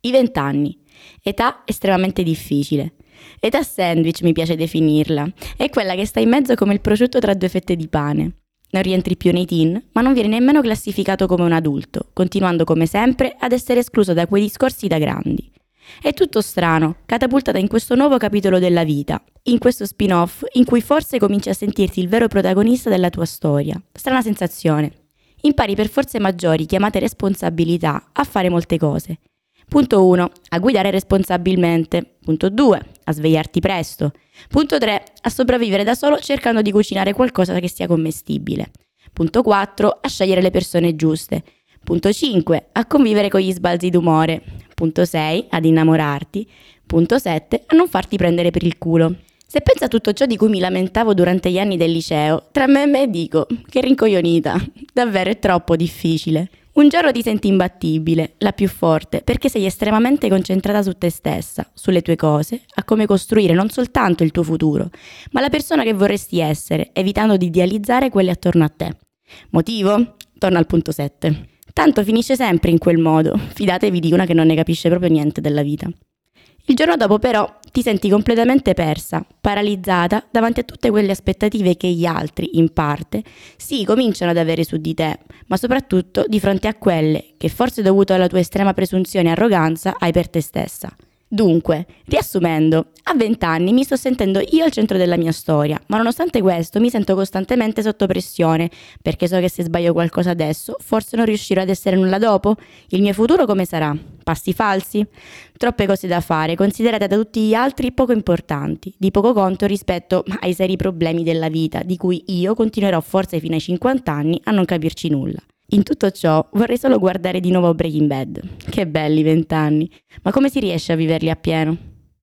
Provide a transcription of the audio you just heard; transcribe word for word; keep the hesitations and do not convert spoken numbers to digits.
I vent'anni. Età estremamente difficile. Età sandwich mi piace definirla. È quella che sta in mezzo come il prosciutto tra due fette di pane. Non rientri più nei teen, ma non vieni nemmeno classificato come un adulto, continuando come sempre ad essere escluso da quei discorsi da grandi. È tutto strano, catapultata in questo nuovo capitolo della vita, in questo spin-off in cui forse cominci a sentirti il vero protagonista della tua storia. Strana sensazione. Impari per forze maggiori, chiamate responsabilità, a fare molte cose. Punto uno. A guidare responsabilmente. Punto due. A svegliarti presto. Punto tre. A sopravvivere da solo cercando di cucinare qualcosa che sia commestibile. Punto quattro. A scegliere le persone giuste. Punto cinque. A convivere con gli sbalzi d'umore. Punto sei. Ad innamorarti. Punto sette. A non farti prendere per il culo. Se penso a tutto ciò di cui mi lamentavo durante gli anni del liceo, tra me e me dico, che rincoglionita, davvero è troppo difficile. Un giorno ti senti imbattibile, la più forte, perché sei estremamente concentrata su te stessa, sulle tue cose, a come costruire non soltanto il tuo futuro, ma la persona che vorresti essere, evitando di idealizzare quelle attorno a te. Motivo? Torna al punto sette. Tanto finisce sempre in quel modo, fidatevi di una che non ne capisce proprio niente della vita. Il giorno dopo però ti senti completamente persa, paralizzata davanti a tutte quelle aspettative che gli altri, in parte, sì, cominciano ad avere su di te, ma soprattutto di fronte a quelle che, forse dovuto alla tua estrema presunzione e arroganza, hai per te stessa. Dunque, riassumendo, a vent'anni mi sto sentendo io al centro della mia storia, ma nonostante questo mi sento costantemente sotto pressione, perché so che se sbaglio qualcosa adesso, forse non riuscirò ad essere nulla dopo. Il mio futuro come sarà? Passi falsi? Troppe cose da fare, considerate da tutti gli altri poco importanti, di poco conto rispetto ai seri problemi della vita, di cui io continuerò forse fino ai cinquanta anni a non capirci nulla. In tutto ciò vorrei solo guardare di nuovo Breaking Bad. Che belli vent'anni! Ma come si riesce a viverli appieno?